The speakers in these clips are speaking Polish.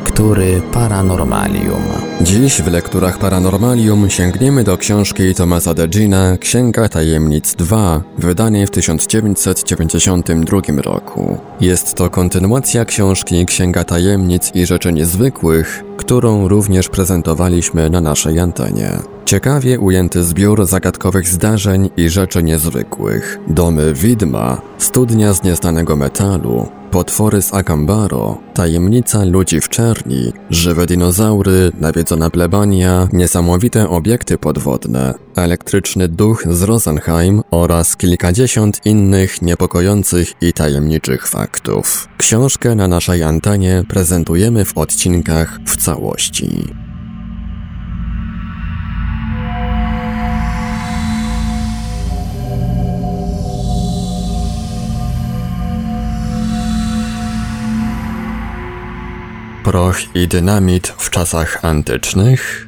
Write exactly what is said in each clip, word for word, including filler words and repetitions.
Lektury Paranormalium. Dziś w Lekturach Paranormalium sięgniemy do książki Thomasa Degina Księga Tajemnic dwa, wydanej w tysiąc dziewięćset dziewięćdziesiątym drugim roku. Jest to kontynuacja książki Księga Tajemnic i Rzeczy Niezwykłych, którą również prezentowaliśmy na naszej antenie. Ciekawie ujęty zbiór zagadkowych zdarzeń i rzeczy niezwykłych. Domy widma, studnia z nieznanego metalu, potwory z Akambaro, tajemnica ludzi w czerni, żywe dinozaury, nawiedzona plebania, niesamowite obiekty podwodne, elektryczny duch z Rosenheim oraz kilkadziesiąt innych niepokojących i tajemniczych faktów. Książkę na naszej antenie prezentujemy w odcinkach w całości. Proch i dynamit w czasach antycznych?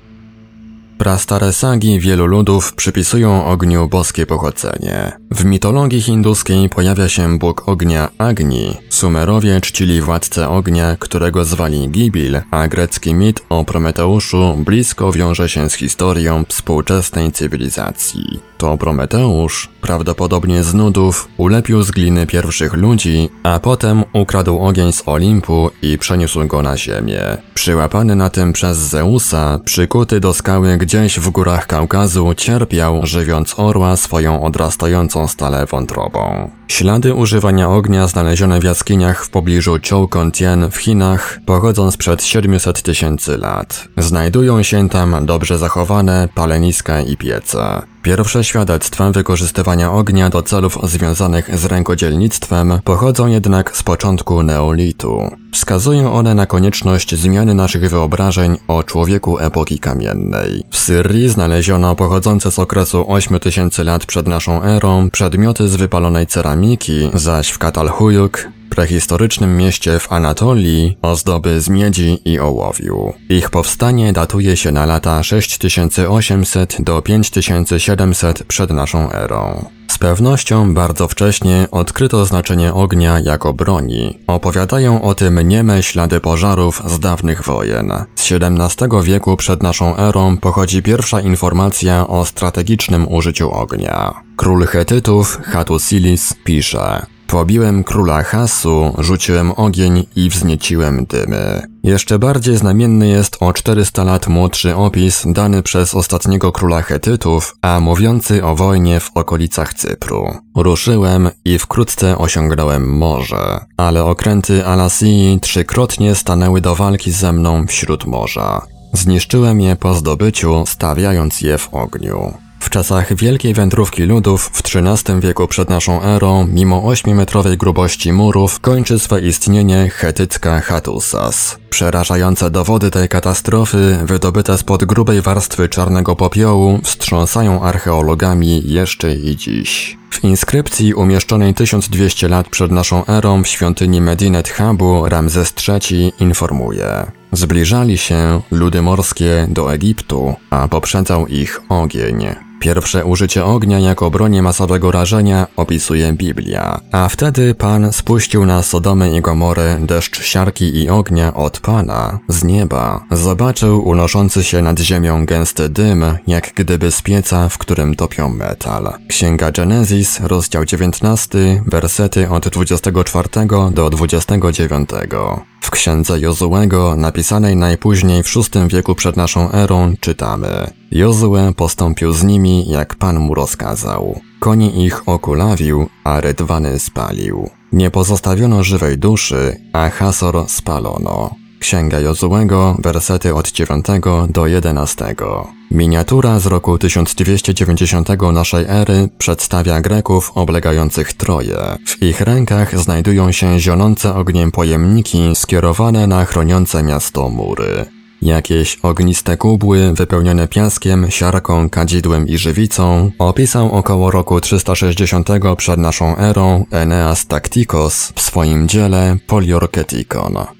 Prastare sagi wielu ludów przypisują ogniu boskie pochodzenie. W mitologii hinduskiej pojawia się bóg ognia Agni. Sumerowie czcili władcę ognia, którego zwali Gibil, a grecki mit o Prometeuszu blisko wiąże się z historią współczesnej cywilizacji. To Prometeusz, prawdopodobnie z nudów, ulepił z gliny pierwszych ludzi, a potem ukradł ogień z Olimpu i przeniósł go na ziemię. Przyłapany na tym przez Zeusa, przykuty do skały gdzieś w górach Kaukazu, cierpiał, żywiąc orła swoją odrastającą stale wątrobą. Ślady używania ognia znalezione w jaskiniach w pobliżu Choukon-Tien w Chinach pochodzą sprzed siedmiuset tysięcy lat. Znajdują się tam dobrze zachowane paleniska i piece. Pierwsze świadectwa wykorzystywania ognia do celów związanych z rękodzielnictwem pochodzą jednak z początku neolitu. Wskazują one na konieczność zmiany naszych wyobrażeń o człowieku epoki kamiennej. W Syrii znaleziono pochodzące z okresu ośmiu tysięcy lat przed naszą erą przedmioty z wypalonej ceramiki, zaś w Catalhuyuk, prehistorycznym mieście w Anatolii, ozdoby z miedzi i ołowiu. Ich powstanie datuje się na lata sześć tysięcy osiemset do pięć tysięcy siedemset przed naszą erą. Z pewnością bardzo wcześnie odkryto znaczenie ognia jako broni. Opowiadają o tym nieme ślady pożarów z dawnych wojen. Z siedemnastego wieku przed naszą erą pochodzi pierwsza informacja o strategicznym użyciu ognia. Król Chetytów, Hattusilis, pisze: pobiłem króla Hasu, rzuciłem ogień i wznieciłem dymy. Jeszcze bardziej znamienny jest o czterysta lat młodszy opis dany przez ostatniego króla Chetytów, a mówiący o wojnie w okolicach Cypru. Ruszyłem i wkrótce osiągnąłem morze, ale okręty Alasii trzykrotnie stanęły do walki ze mną wśród morza. Zniszczyłem je po zdobyciu, stawiając je w ogniu. W czasach wielkiej wędrówki ludów w trzynastym wieku przed naszą erą, mimo ośmiometrowej grubości murów, kończy swe istnienie chetycka Hattusas. Przerażające dowody tej katastrofy, wydobyte spod grubej warstwy czarnego popiołu, wstrząsają archeologami jeszcze i dziś. W inskrypcji umieszczonej tysiąc dwieście lat przed naszą erą w świątyni Medinet Habu Ramzes trzeci informuje: zbliżali się ludy morskie do Egiptu, a poprzedzał ich ogień. Pierwsze użycie ognia jako broni masowego rażenia opisuje Biblia, a wtedy Pan spuścił na Sodomę i Gomorę deszcz siarki i ognia od Pana, z nieba. Zobaczył unoszący się nad ziemią gęsty dym, jak gdyby z pieca, w którym topią metal. Księga Genesis, rozdział dziewiętnasty, wersety od dwudziestego czwartego do dwudziestego dziewiątego. W księdze Jozuego, napisanej najpóźniej w szóstym wieku przed naszą erą, czytamy: Jozue postąpił z nimi, jak Pan mu rozkazał. Konie ich okulawił, a rydwany spalił. Nie pozostawiono żywej duszy, a Hasor spalono. Księga Jozuego, wersety od dziewiątego do jedenastego. Miniatura z roku tysiąc dwieście dziewięćdziesiątego naszej ery przedstawia Greków oblegających Troję. W ich rękach znajdują się zionące ogniem pojemniki skierowane na chroniące miasto mury. Jakieś ogniste kubły wypełnione piaskiem, siarką, kadzidłem i żywicą opisał około roku trzysta sześćdziesiątego przed naszą erą Eneas Taktikos w swoim dziele Poliorketikon.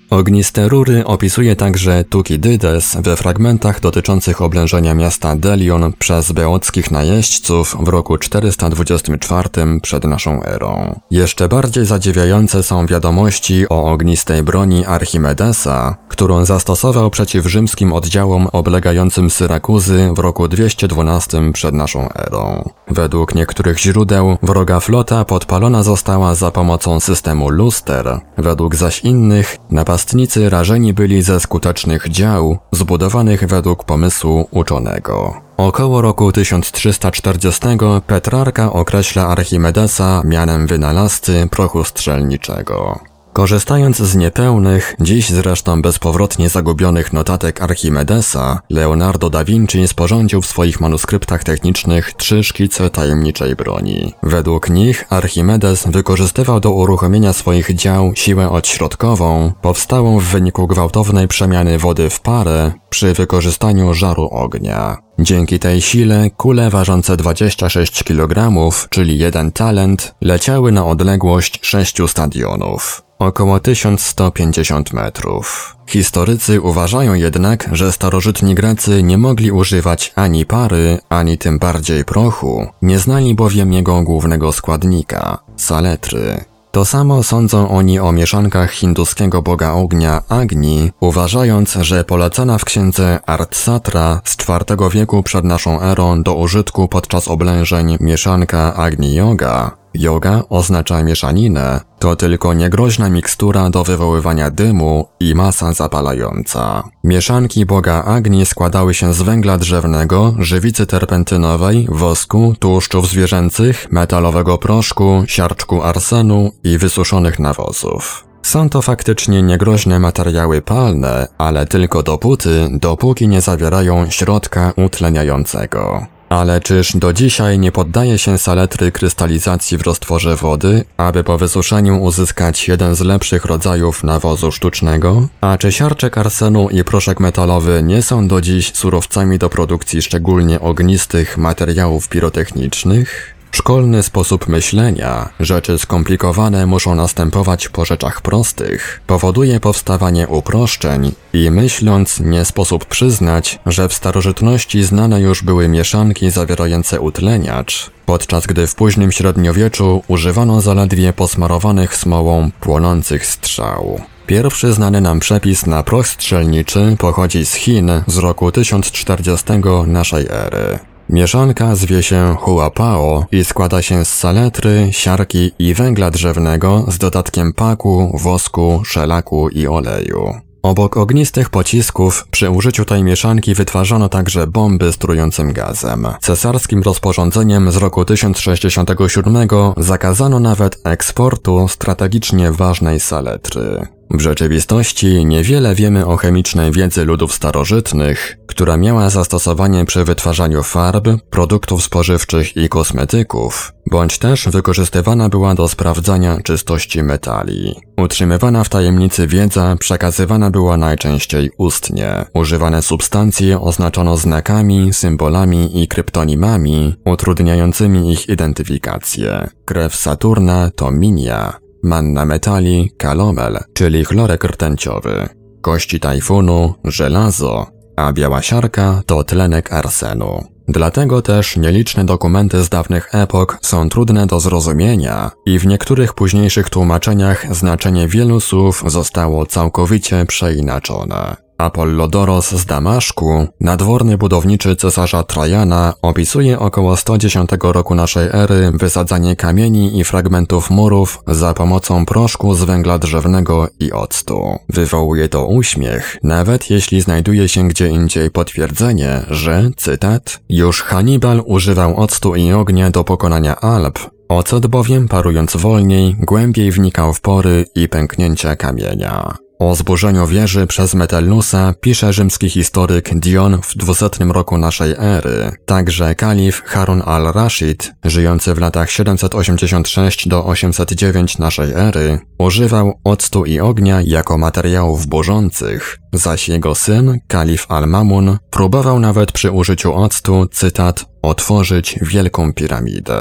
Ogniste rury opisuje także Tukidydes we fragmentach dotyczących oblężenia miasta Delion przez beockich najeźdźców w roku czterysta dwudziestym czwartym przed naszą erą. Jeszcze bardziej zadziwiające są wiadomości o ognistej broni Archimedesa, którą zastosował przeciw rzymskim oddziałom oblegającym Syrakuzy w roku dwieście dwunastym przed naszą erą. Według niektórych źródeł wroga flota podpalona została za pomocą systemu luster, według zaś innych napastnicy rażeni byli ze skutecznych dział zbudowanych według pomysłu uczonego. Około roku tysiąc trzysta czterdziestego Petrarka określa Archimedesa mianem wynalazcy prochu strzelniczego. Korzystając z niepełnych, dziś zresztą bezpowrotnie zagubionych notatek Archimedesa, Leonardo da Vinci sporządził w swoich manuskryptach technicznych trzy szkice tajemniczej broni. Według nich Archimedes wykorzystywał do uruchomienia swoich dział siłę odśrodkową, powstałą w wyniku gwałtownej przemiany wody w parę przy wykorzystaniu żaru ognia. Dzięki tej sile kule ważące dwadzieścia sześć kilogramów, czyli jeden talent, leciały na odległość sześciu stadionów. Około tysiąc sto pięćdziesiąt metrów. Historycy uważają jednak, że starożytni Grecy nie mogli używać ani pary, ani tym bardziej prochu, nie znali bowiem jego głównego składnika – saletry. To samo sądzą oni o mieszankach hinduskiego boga ognia Agni, uważając, że polecana w księdze Artsatra z czwartego wieku przed naszą erą do użytku podczas oblężeń mieszanka Agni Yoga, yoga oznacza mieszaninę, to tylko niegroźna mikstura do wywoływania dymu i masa zapalająca. Mieszanki boga Agni składały się z węgla drzewnego, żywicy terpentynowej, wosku, tłuszczów zwierzęcych, metalowego proszku, siarczku arsenu i wysuszonych nawozów. Są to faktycznie niegroźne materiały palne, ale tylko dopóty, dopóki nie zawierają środka utleniającego. Ale czyż do dzisiaj nie poddaje się saletry krystalizacji w roztworze wody, aby po wysuszeniu uzyskać jeden z lepszych rodzajów nawozu sztucznego? A czy siarczek arsenu i proszek metalowy nie są do dziś surowcami do produkcji szczególnie ognistych materiałów pirotechnicznych? Szkolny sposób myślenia, rzeczy skomplikowane muszą następować po rzeczach prostych, powoduje powstawanie uproszczeń i myśląc nie sposób przyznać, że w starożytności znane już były mieszanki zawierające utleniacz, podczas gdy w późnym średniowieczu używano zaledwie posmarowanych smołą płonących strzał. Pierwszy znany nam przepis na proch strzelniczy pochodzi z Chin z roku tysiąc czterdziestego naszej ery. Mieszanka zwie się huapao i składa się z saletry, siarki i węgla drzewnego z dodatkiem paku, wosku, szelaku i oleju. Obok ognistych pocisków przy użyciu tej mieszanki wytwarzano także bomby z trującym gazem. Cesarskim rozporządzeniem z roku tysiąc sześćdziesiątego siódmego zakazano nawet eksportu strategicznie ważnej saletry. W rzeczywistości niewiele wiemy o chemicznej wiedzy ludów starożytnych, która miała zastosowanie przy wytwarzaniu farb, produktów spożywczych i kosmetyków, bądź też wykorzystywana była do sprawdzania czystości metali. Utrzymywana w tajemnicy wiedza przekazywana była najczęściej ustnie. Używane substancje oznaczono znakami, symbolami i kryptonimami, utrudniającymi ich identyfikację. Krew Saturna to minia. Manna metali, kalomel, czyli chlorek rtęciowy, kości tajfunu, żelazo, a biała siarka to tlenek arsenu. Dlatego też nieliczne dokumenty z dawnych epok są trudne do zrozumienia i w niektórych późniejszych tłumaczeniach znaczenie wielu słów zostało całkowicie przeinaczone. Apollodoros z Damaszku, nadworny budowniczy cesarza Trajana, opisuje około sto dziesiątego roku naszej ery wysadzanie kamieni i fragmentów murów za pomocą proszku z węgla drzewnego i octu. Wywołuje to uśmiech, nawet jeśli znajduje się gdzie indziej potwierdzenie, że, cytat, już Hannibal używał octu i ognia do pokonania Alp, ocet bowiem parując wolniej, głębiej wnikał w pory i pęknięcia kamienia. O zburzeniu wieży przez Metellusa pisze rzymski historyk Dion w dwusetnym roku naszej ery. Także kalif Harun al-Rashid, żyjący w latach siedemset osiemdziesiąt sześć do osiemset dziewięć naszej ery, używał octu i ognia jako materiałów burzących, zaś jego syn, kalif al-Mamun, próbował nawet przy użyciu octu, cytat, otworzyć wielką piramidę.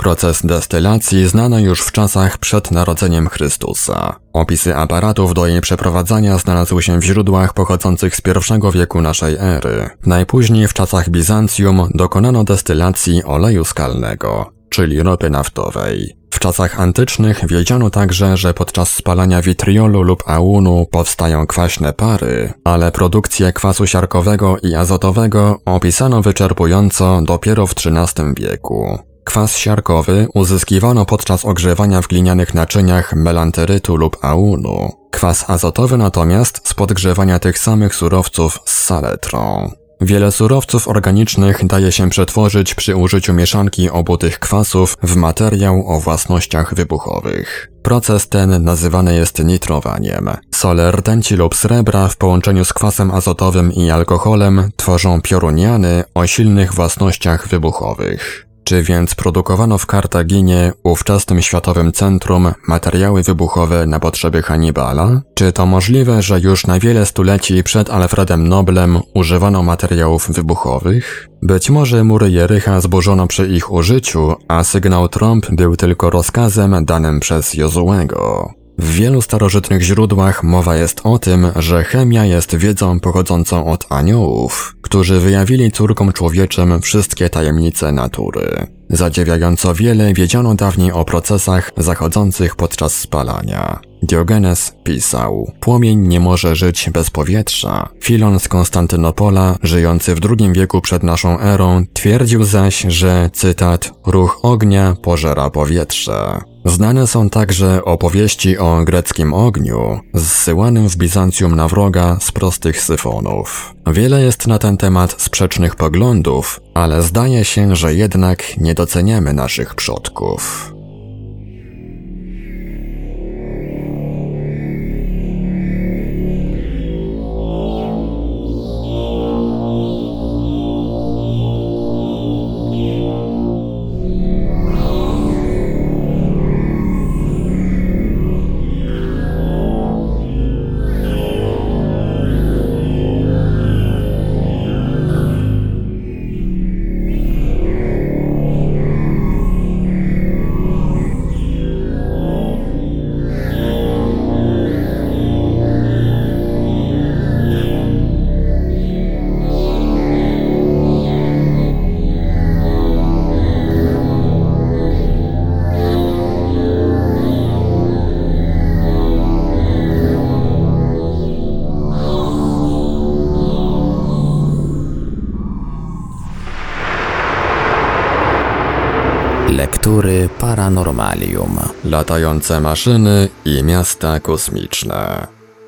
Proces destylacji znano już w czasach przed narodzeniem Chrystusa. Opisy aparatów do jej przeprowadzania znalazły się w źródłach pochodzących z pierwszego wieku naszej ery. Najpóźniej w czasach Bizancjum dokonano destylacji oleju skalnego, czyli ropy naftowej. W czasach antycznych wiedziano także, że podczas spalania witriolu lub aunu powstają kwaśne pary, ale produkcję kwasu siarkowego i azotowego opisano wyczerpująco dopiero w trzynastym wieku. Kwas siarkowy uzyskiwano podczas ogrzewania w glinianych naczyniach melanterytu lub aunu. Kwas azotowy natomiast z podgrzewania tych samych surowców z saletrą. Wiele surowców organicznych daje się przetworzyć przy użyciu mieszanki obu tych kwasów w materiał o własnościach wybuchowych. Proces ten nazywany jest nitrowaniem. Sole rtęci lub srebra w połączeniu z kwasem azotowym i alkoholem tworzą pioruniany o silnych własnościach wybuchowych. Czy więc produkowano w Kartaginie, ówczesnym światowym centrum, materiały wybuchowe na potrzeby Hannibala? Czy to możliwe, że już na wiele stuleci przed Alfredem Noblem używano materiałów wybuchowych? Być może mury Jericha zburzono przy ich użyciu, a sygnał trąb był tylko rozkazem danym przez Jozuego. W wielu starożytnych źródłach mowa jest o tym, że chemia jest wiedzą pochodzącą od aniołów, którzy wyjawili córkom człowieczym wszystkie tajemnice natury. Zadziwiająco wiele wiedziano dawniej o procesach zachodzących podczas spalania. Diogenes pisał: płomień nie może żyć bez powietrza. Filon z Konstantynopola, żyjący w drugim wieku przed naszą erą, twierdził zaś, że, cytat, ruch ognia pożera powietrze. Znane są także opowieści o greckim ogniu, zsyłanym w Bizancjum na wroga z prostych syfonów. Wiele jest na ten temat sprzecznych poglądów, ale zdaje się, że jednak nie doceniamy naszych przodków. Lektury Paranormalium. Latające maszyny i miasta kosmiczne.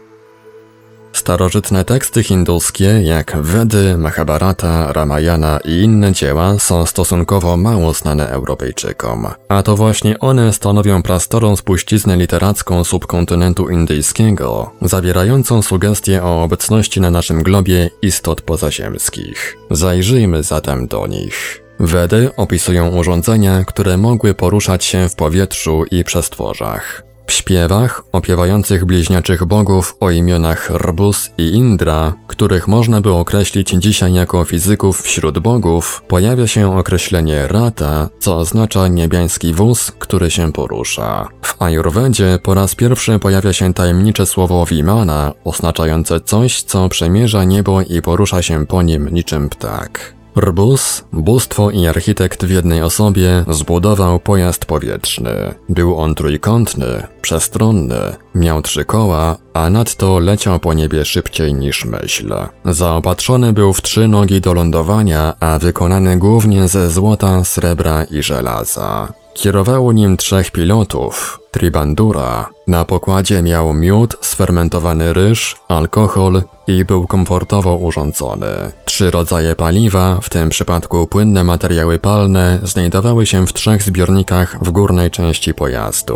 Starożytne teksty hinduskie jak Vedy, Mahabharata, Ramayana i inne dzieła są stosunkowo mało znane Europejczykom, a to właśnie one stanowią prastarą spuściznę literacką subkontynentu indyjskiego, zawierającą sugestie o obecności na naszym globie istot pozaziemskich. Zajrzyjmy zatem do nich. Wedy opisują urządzenia, które mogły poruszać się w powietrzu i przestworzach. W śpiewach opiewających bliźniaczych bogów o imionach Rbus i Indra, których można by określić dzisiaj jako fizyków wśród bogów, pojawia się określenie Rata, co oznacza niebiański wóz, który się porusza. W Ajurwedzie po raz pierwszy pojawia się tajemnicze słowo Vimana, oznaczające coś, co przemierza niebo i porusza się po nim niczym ptak. Rbus, bóstwo i architekt w jednej osobie, zbudował pojazd powietrzny. Był on trójkątny, przestronny, miał trzy koła, a nadto leciał po niebie szybciej niż myśl. Zaopatrzony był w trzy nogi do lądowania, a wykonany głównie ze złota, srebra i żelaza. Kierowało nim trzech pilotów, Tribandura. Na pokładzie miał miód, sfermentowany ryż, alkohol i był komfortowo urządzony. Trzy rodzaje paliwa, w tym przypadku płynne materiały palne, znajdowały się w trzech zbiornikach w górnej części pojazdu.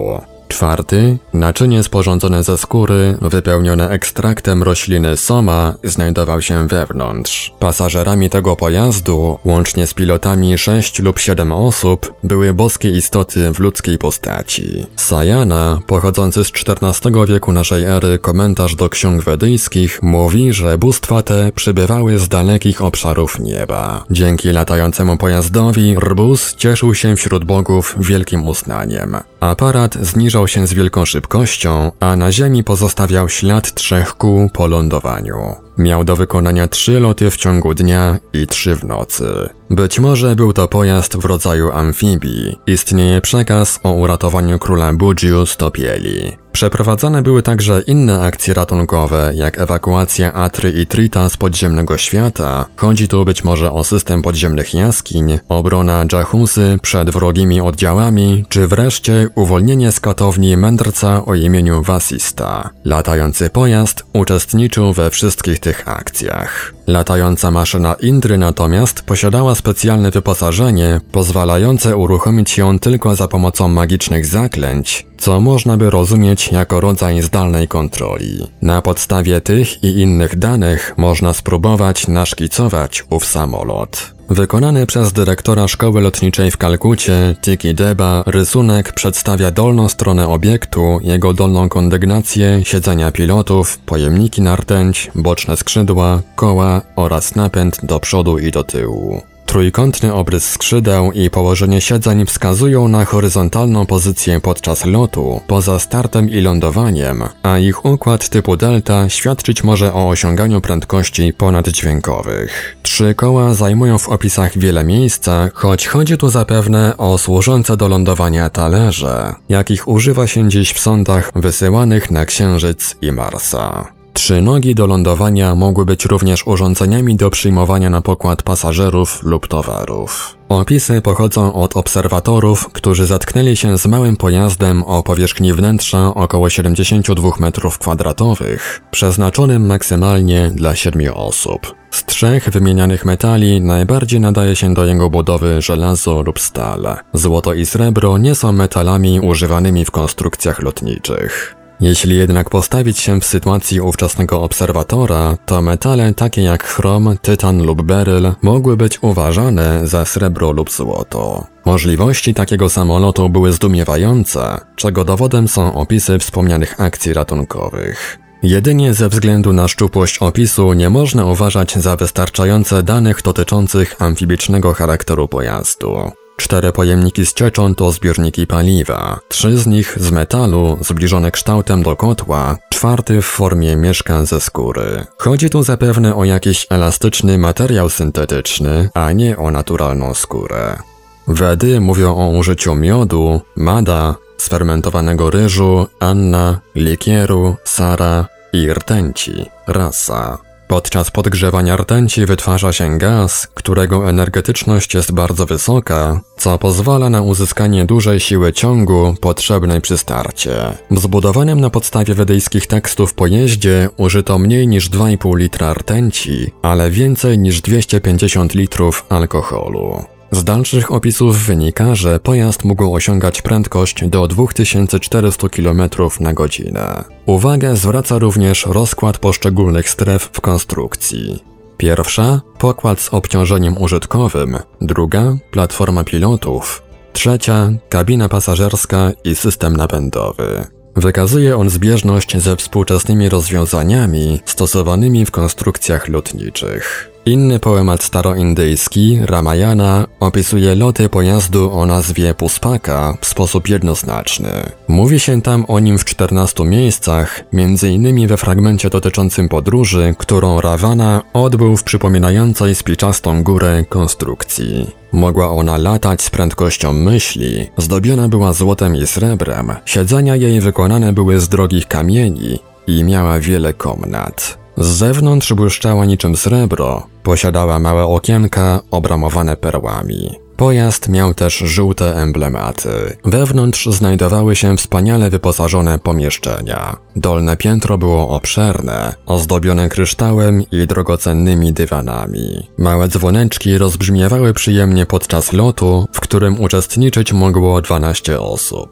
Czwarty, naczynie sporządzone ze skóry, wypełnione ekstraktem rośliny soma, znajdował się wewnątrz. Pasażerami tego pojazdu, łącznie z pilotami sześć lub siedem osób, były boskie istoty w ludzkiej postaci. Sayana, pochodzący z czternastego wieku naszej ery komentarz do ksiąg wedyjskich, mówi, że bóstwa te przybywały z dalekich obszarów nieba. Dzięki latającemu pojazdowi Rbus cieszył się wśród bogów wielkim uznaniem. Aparat zniżał się z wielką szybkością, a na ziemi pozostawiał ślad trzech kół po lądowaniu. Miał do wykonania trzy loty w ciągu dnia i trzy w nocy. Być może był to pojazd w rodzaju amfibii. Istnieje przekaz o uratowaniu króla Budziu z topieli. Przeprowadzane były także inne akcje ratunkowe, jak ewakuacja Atry i Trita z podziemnego świata. Chodzi tu być może o system podziemnych jaskiń, obrona Dżahusy przed wrogimi oddziałami, czy wreszcie uwolnienie z katowni mędrca o imieniu Wasista. Latający pojazd uczestniczył we wszystkich tych akcjach. Latająca maszyna Indry natomiast posiadała specjalne wyposażenie, pozwalające uruchomić ją tylko za pomocą magicznych zaklęć, co można by rozumieć jako rodzaj zdalnej kontroli. Na podstawie tych i innych danych można spróbować naszkicować ów samolot. Wykonany przez dyrektora szkoły lotniczej w Kalkucie, Tiki Deba, rysunek przedstawia dolną stronę obiektu, jego dolną kondygnację, siedzenia pilotów, pojemniki na rtęć, boczne skrzydła, koła oraz napęd do przodu i do tyłu. Trójkątny obrys skrzydeł i położenie siedzeń wskazują na horyzontalną pozycję podczas lotu, poza startem i lądowaniem, a ich układ typu delta świadczyć może o osiąganiu prędkości ponaddźwiękowych. Trzy koła zajmują w opisach wiele miejsca, choć chodzi tu zapewne o służące do lądowania talerze, jakich używa się dziś w sondach wysyłanych na Księżyc i Marsa. Trzy nogi do lądowania mogły być również urządzeniami do przyjmowania na pokład pasażerów lub towarów. Opisy pochodzą od obserwatorów, którzy zatknęli się z małym pojazdem o powierzchni wnętrza około siedemdziesiąt dwa metrów kwadratowych, przeznaczonym maksymalnie dla siedmiu osób. Z trzech wymienianych metali najbardziej nadaje się do jego budowy żelazo lub stal. Złoto i srebro nie są metalami używanymi w konstrukcjach lotniczych. Jeśli jednak postawić się w sytuacji ówczesnego obserwatora, to metale takie jak chrom, tytan lub beryl mogły być uważane za srebro lub złoto. Możliwości takiego samolotu były zdumiewające, czego dowodem są opisy wspomnianych akcji ratunkowych. Jedynie ze względu na szczupłość opisu nie można uważać za wystarczające danych dotyczących amfibicznego charakteru pojazdu. Cztery pojemniki z cieczą to zbiorniki paliwa, trzy z nich z metalu zbliżone kształtem do kotła, czwarty w formie mieszka ze skóry. Chodzi tu zapewne o jakiś elastyczny materiał syntetyczny, a nie o naturalną skórę. Wedy mówią o użyciu miodu, mada, sfermentowanego ryżu, anna, likieru, sara i rtęci, rasa. Podczas podgrzewania rtęci wytwarza się gaz, którego energetyczność jest bardzo wysoka, co pozwala na uzyskanie dużej siły ciągu potrzebnej przy starcie. W zbudowanym na podstawie wedyjskich tekstów pojeździe użyto mniej niż dwa i pół litra rtęci, ale więcej niż dwieście pięćdziesiąt litrów alkoholu. Z dalszych opisów wynika, że pojazd mógł osiągać prędkość do dwa tysiące czterysta kilometrów na godzinę. Uwagę zwraca również rozkład poszczególnych stref w konstrukcji. Pierwsza – pokład z obciążeniem użytkowym, druga – platforma pilotów, trzecia – kabina pasażerska i system napędowy. Wykazuje on zbieżność ze współczesnymi rozwiązaniami stosowanymi w konstrukcjach lotniczych. Inny poemat staroindyjski, Ramayana, opisuje loty pojazdu o nazwie Puspaka w sposób jednoznaczny. Mówi się tam o nim w czternastu miejscach, między innymi we fragmencie dotyczącym podróży, którą Ravana odbył w przypominającej spiczastą górę konstrukcji. Mogła ona latać z prędkością myśli, zdobiona była złotem i srebrem, siedzenia jej wykonane były z drogich kamieni i miała wiele komnat. Z zewnątrz błyszczała niczym srebro, posiadała małe okienka obramowane perłami. Pojazd miał też żółte emblematy. Wewnątrz znajdowały się wspaniale wyposażone pomieszczenia. Dolne piętro było obszerne, ozdobione kryształem i drogocennymi dywanami. Małe dzwoneczki rozbrzmiewały przyjemnie podczas lotu, w którym uczestniczyć mogło dwanaście osób.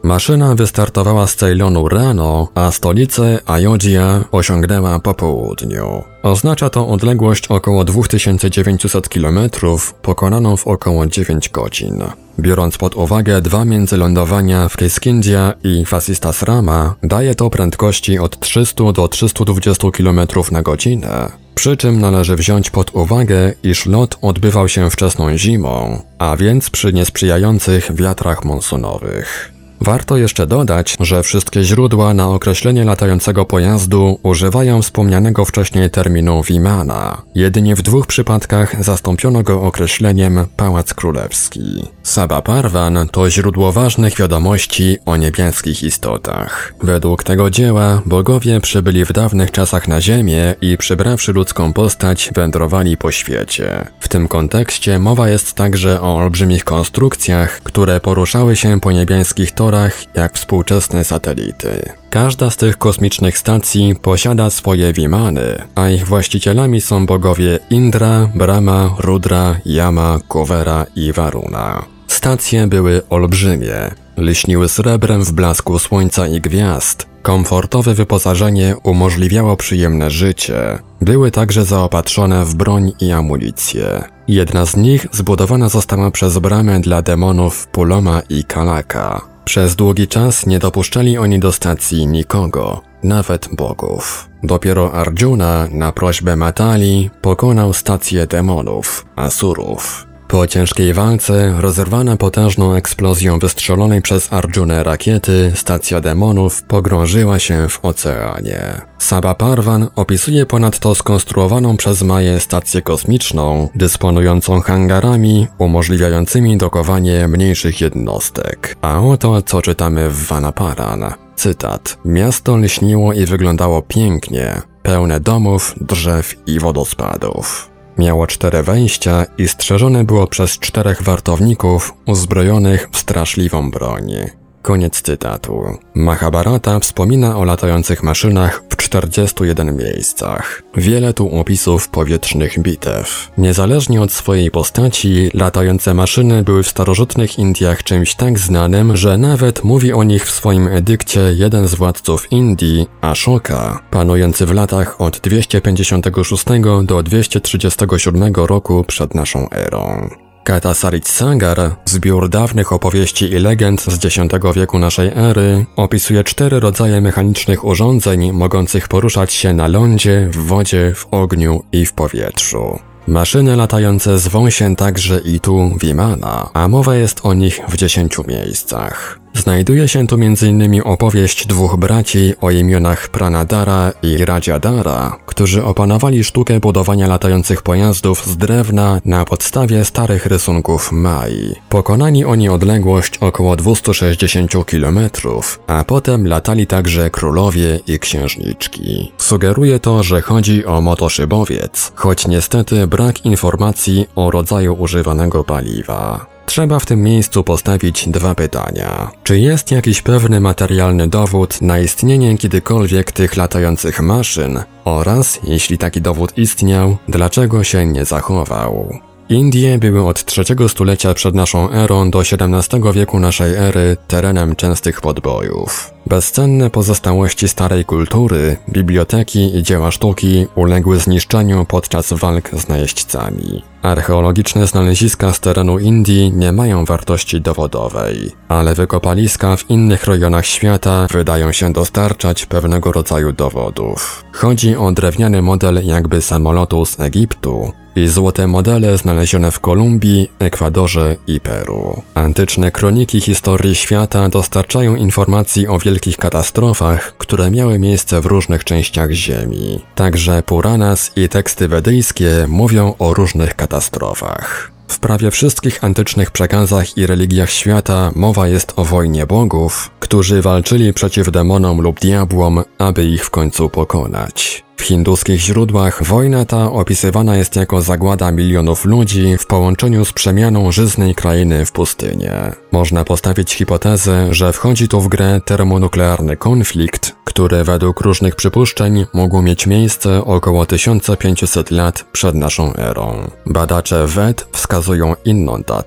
Maszyna wystartowała z Ceylonu rano, a stolicę Ayodhya osiągnęła po południu. Oznacza to odległość około dwa tysiące dziewięćset kilometrów, pokonaną w około dziewięć godzin. Biorąc pod uwagę dwa międzylądowania w Kiskindia i Vasistasrama, daje to prędkości od trzystu do trzystu dwudziestu kilometrów na godzinę. Przy czym należy wziąć pod uwagę, iż lot odbywał się wczesną zimą, a więc przy niesprzyjających wiatrach monsunowych. Warto jeszcze dodać, że wszystkie źródła na określenie latającego pojazdu używają wspomnianego wcześniej terminu Vimana. Jedynie w dwóch przypadkach zastąpiono go określeniem Pałac Królewski. Sabha-Parvan to źródło ważnych wiadomości o niebieskich istotach. Według tego dzieła bogowie przybyli w dawnych czasach na Ziemię i przybrawszy ludzką postać wędrowali po świecie. W tym kontekście mowa jest także o olbrzymich konstrukcjach, które poruszały się po niebieskich torach jak współczesne satelity. Każda z tych kosmicznych stacji posiada swoje Vimany, a ich właścicielami są bogowie Indra, Brahma, Rudra, Yama, Kuvera i Varuna. Stacje były olbrzymie, lśniły srebrem w blasku słońca i gwiazd. Komfortowe wyposażenie umożliwiało przyjemne życie. Były także zaopatrzone w broń i amunicję. Jedna z nich zbudowana została przez bramę dla demonów Puloma i Kalaka. Przez długi czas nie dopuszczali oni do stacji nikogo, nawet bogów. Dopiero Arjuna na prośbę Matali pokonał stację demonów, Asurów. Po ciężkiej walce, rozerwana potężną eksplozją wystrzelonej przez Arjunę rakiety, stacja demonów pogrążyła się w oceanie. Sabha-Parvan opisuje ponadto skonstruowaną przez Maję stację kosmiczną, dysponującą hangarami umożliwiającymi dokowanie mniejszych jednostek. A oto co czytamy w Vanaparan. Cytat. Miasto lśniło i wyglądało pięknie, pełne domów, drzew i wodospadów. Miało cztery wejścia i strzeżone było przez czterech wartowników uzbrojonych w straszliwą broń. Koniec cytatu. Mahabharata wspomina o latających maszynach w czterdziestu jeden miejscach. Wiele tu opisów powietrznych bitew. Niezależnie od swojej postaci, latające maszyny były w starożytnych Indiach czymś tak znanym, że nawet mówi o nich w swoim edykcie jeden z władców Indii, Ashoka, panujący w latach od dwieście pięćdziesiątego szóstego do dwieście trzydziestego siódmego roku przed naszą erą. Katha Sarit Sagar, zbiór dawnych opowieści i legend z dziesiątego wieku naszej ery, opisuje cztery rodzaje mechanicznych urządzeń mogących poruszać się na lądzie, w wodzie, w ogniu i w powietrzu. Maszyny latające zwą się także i tu Vimana, a mowa jest o nich w dziesięciu miejscach. Znajduje się tu między innymi opowieść dwóch braci o imionach Pranadara i Rajadara, którzy opanowali sztukę budowania latających pojazdów z drewna na podstawie starych rysunków Mai. Pokonani oni odległość około dwieście sześćdziesiąt kilometrów, a potem latali także królowie i księżniczki. Sugeruje to, że chodzi o motoszybowiec, choć niestety brak informacji o rodzaju używanego paliwa. Trzeba w tym miejscu postawić dwa pytania. Czy jest jakiś pewny materialny dowód na istnienie kiedykolwiek tych latających maszyn oraz, jeśli taki dowód istniał, dlaczego się nie zachował? Indie były od trzeciego stulecia przed naszą erą do siedemnastego wieku naszej ery terenem częstych podbojów. Bezcenne pozostałości starej kultury, biblioteki i dzieła sztuki uległy zniszczeniu podczas walk z najeźdźcami. Archeologiczne znaleziska z terenu Indii nie mają wartości dowodowej, ale wykopaliska w innych rejonach świata wydają się dostarczać pewnego rodzaju dowodów. Chodzi o drewniany model jakby samolotu z Egiptu i złote modele znalezione w Kolumbii, Ekwadorze i Peru. Antyczne kroniki historii świata dostarczają informacji o wielkich katastrofach, które miały miejsce w różnych częściach Ziemi. Także Puranas i teksty wedyjskie mówią o różnych katastrofach. W prawie wszystkich antycznych przekazach i religiach świata mowa jest o wojnie bogów, którzy walczyli przeciw demonom lub diabłom, aby ich w końcu pokonać. W hinduskich źródłach wojna ta opisywana jest jako zagłada milionów ludzi w połączeniu z przemianą żyznej krainy w pustynię. Można postawić hipotezę, że wchodzi tu w grę termonuklearny konflikt, który według różnych przypuszczeń mógł mieć miejsce około tysiąc pięćset lat przed naszą erą. Badacze Ved wskazują inną datę.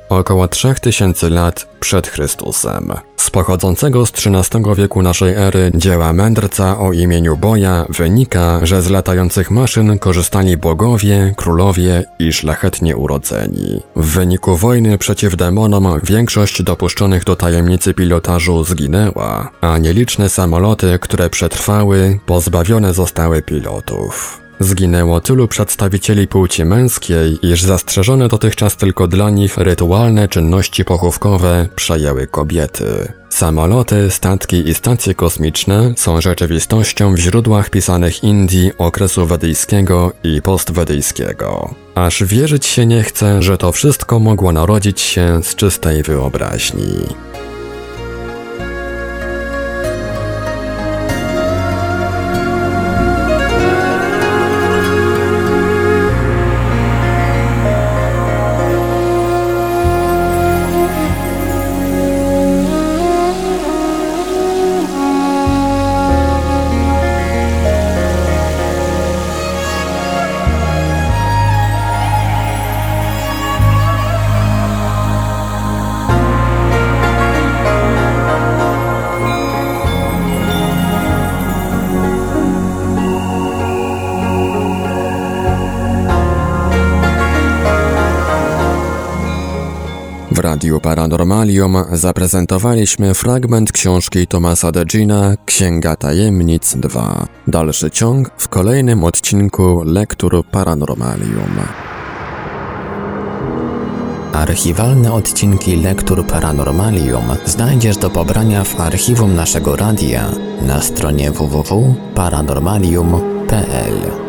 około trzech tysięcy lat przed Chrystusem. Z pochodzącego z trzynastego wieku naszej ery dzieła mędrca o imieniu Boja wynika, że z latających maszyn korzystali bogowie, królowie i szlachetnie urodzeni. W wyniku wojny przeciw demonom większość dopuszczonych do tajemnicy pilotażu zginęła, a nieliczne samoloty, które przetrwały, pozbawione zostały pilotów. Zginęło tylu przedstawicieli płci męskiej, iż zastrzeżone dotychczas tylko dla nich rytualne czynności pochówkowe przejęły kobiety. Samoloty, statki i stacje kosmiczne są rzeczywistością w źródłach pisanych Indii okresu wedyjskiego i postwedyjskiego. Aż wierzyć się nie chce, że to wszystko mogło narodzić się z czystej wyobraźni. W Radiu Paranormalium zaprezentowaliśmy fragment książki Thomasa Degina Księga Tajemnic dwa. Dalszy ciąg w kolejnym odcinku Lektur Paranormalium. Archiwalne odcinki Lektur Paranormalium znajdziesz do pobrania w archiwum naszego radia na stronie w w w kropka paranormalium kropka p l.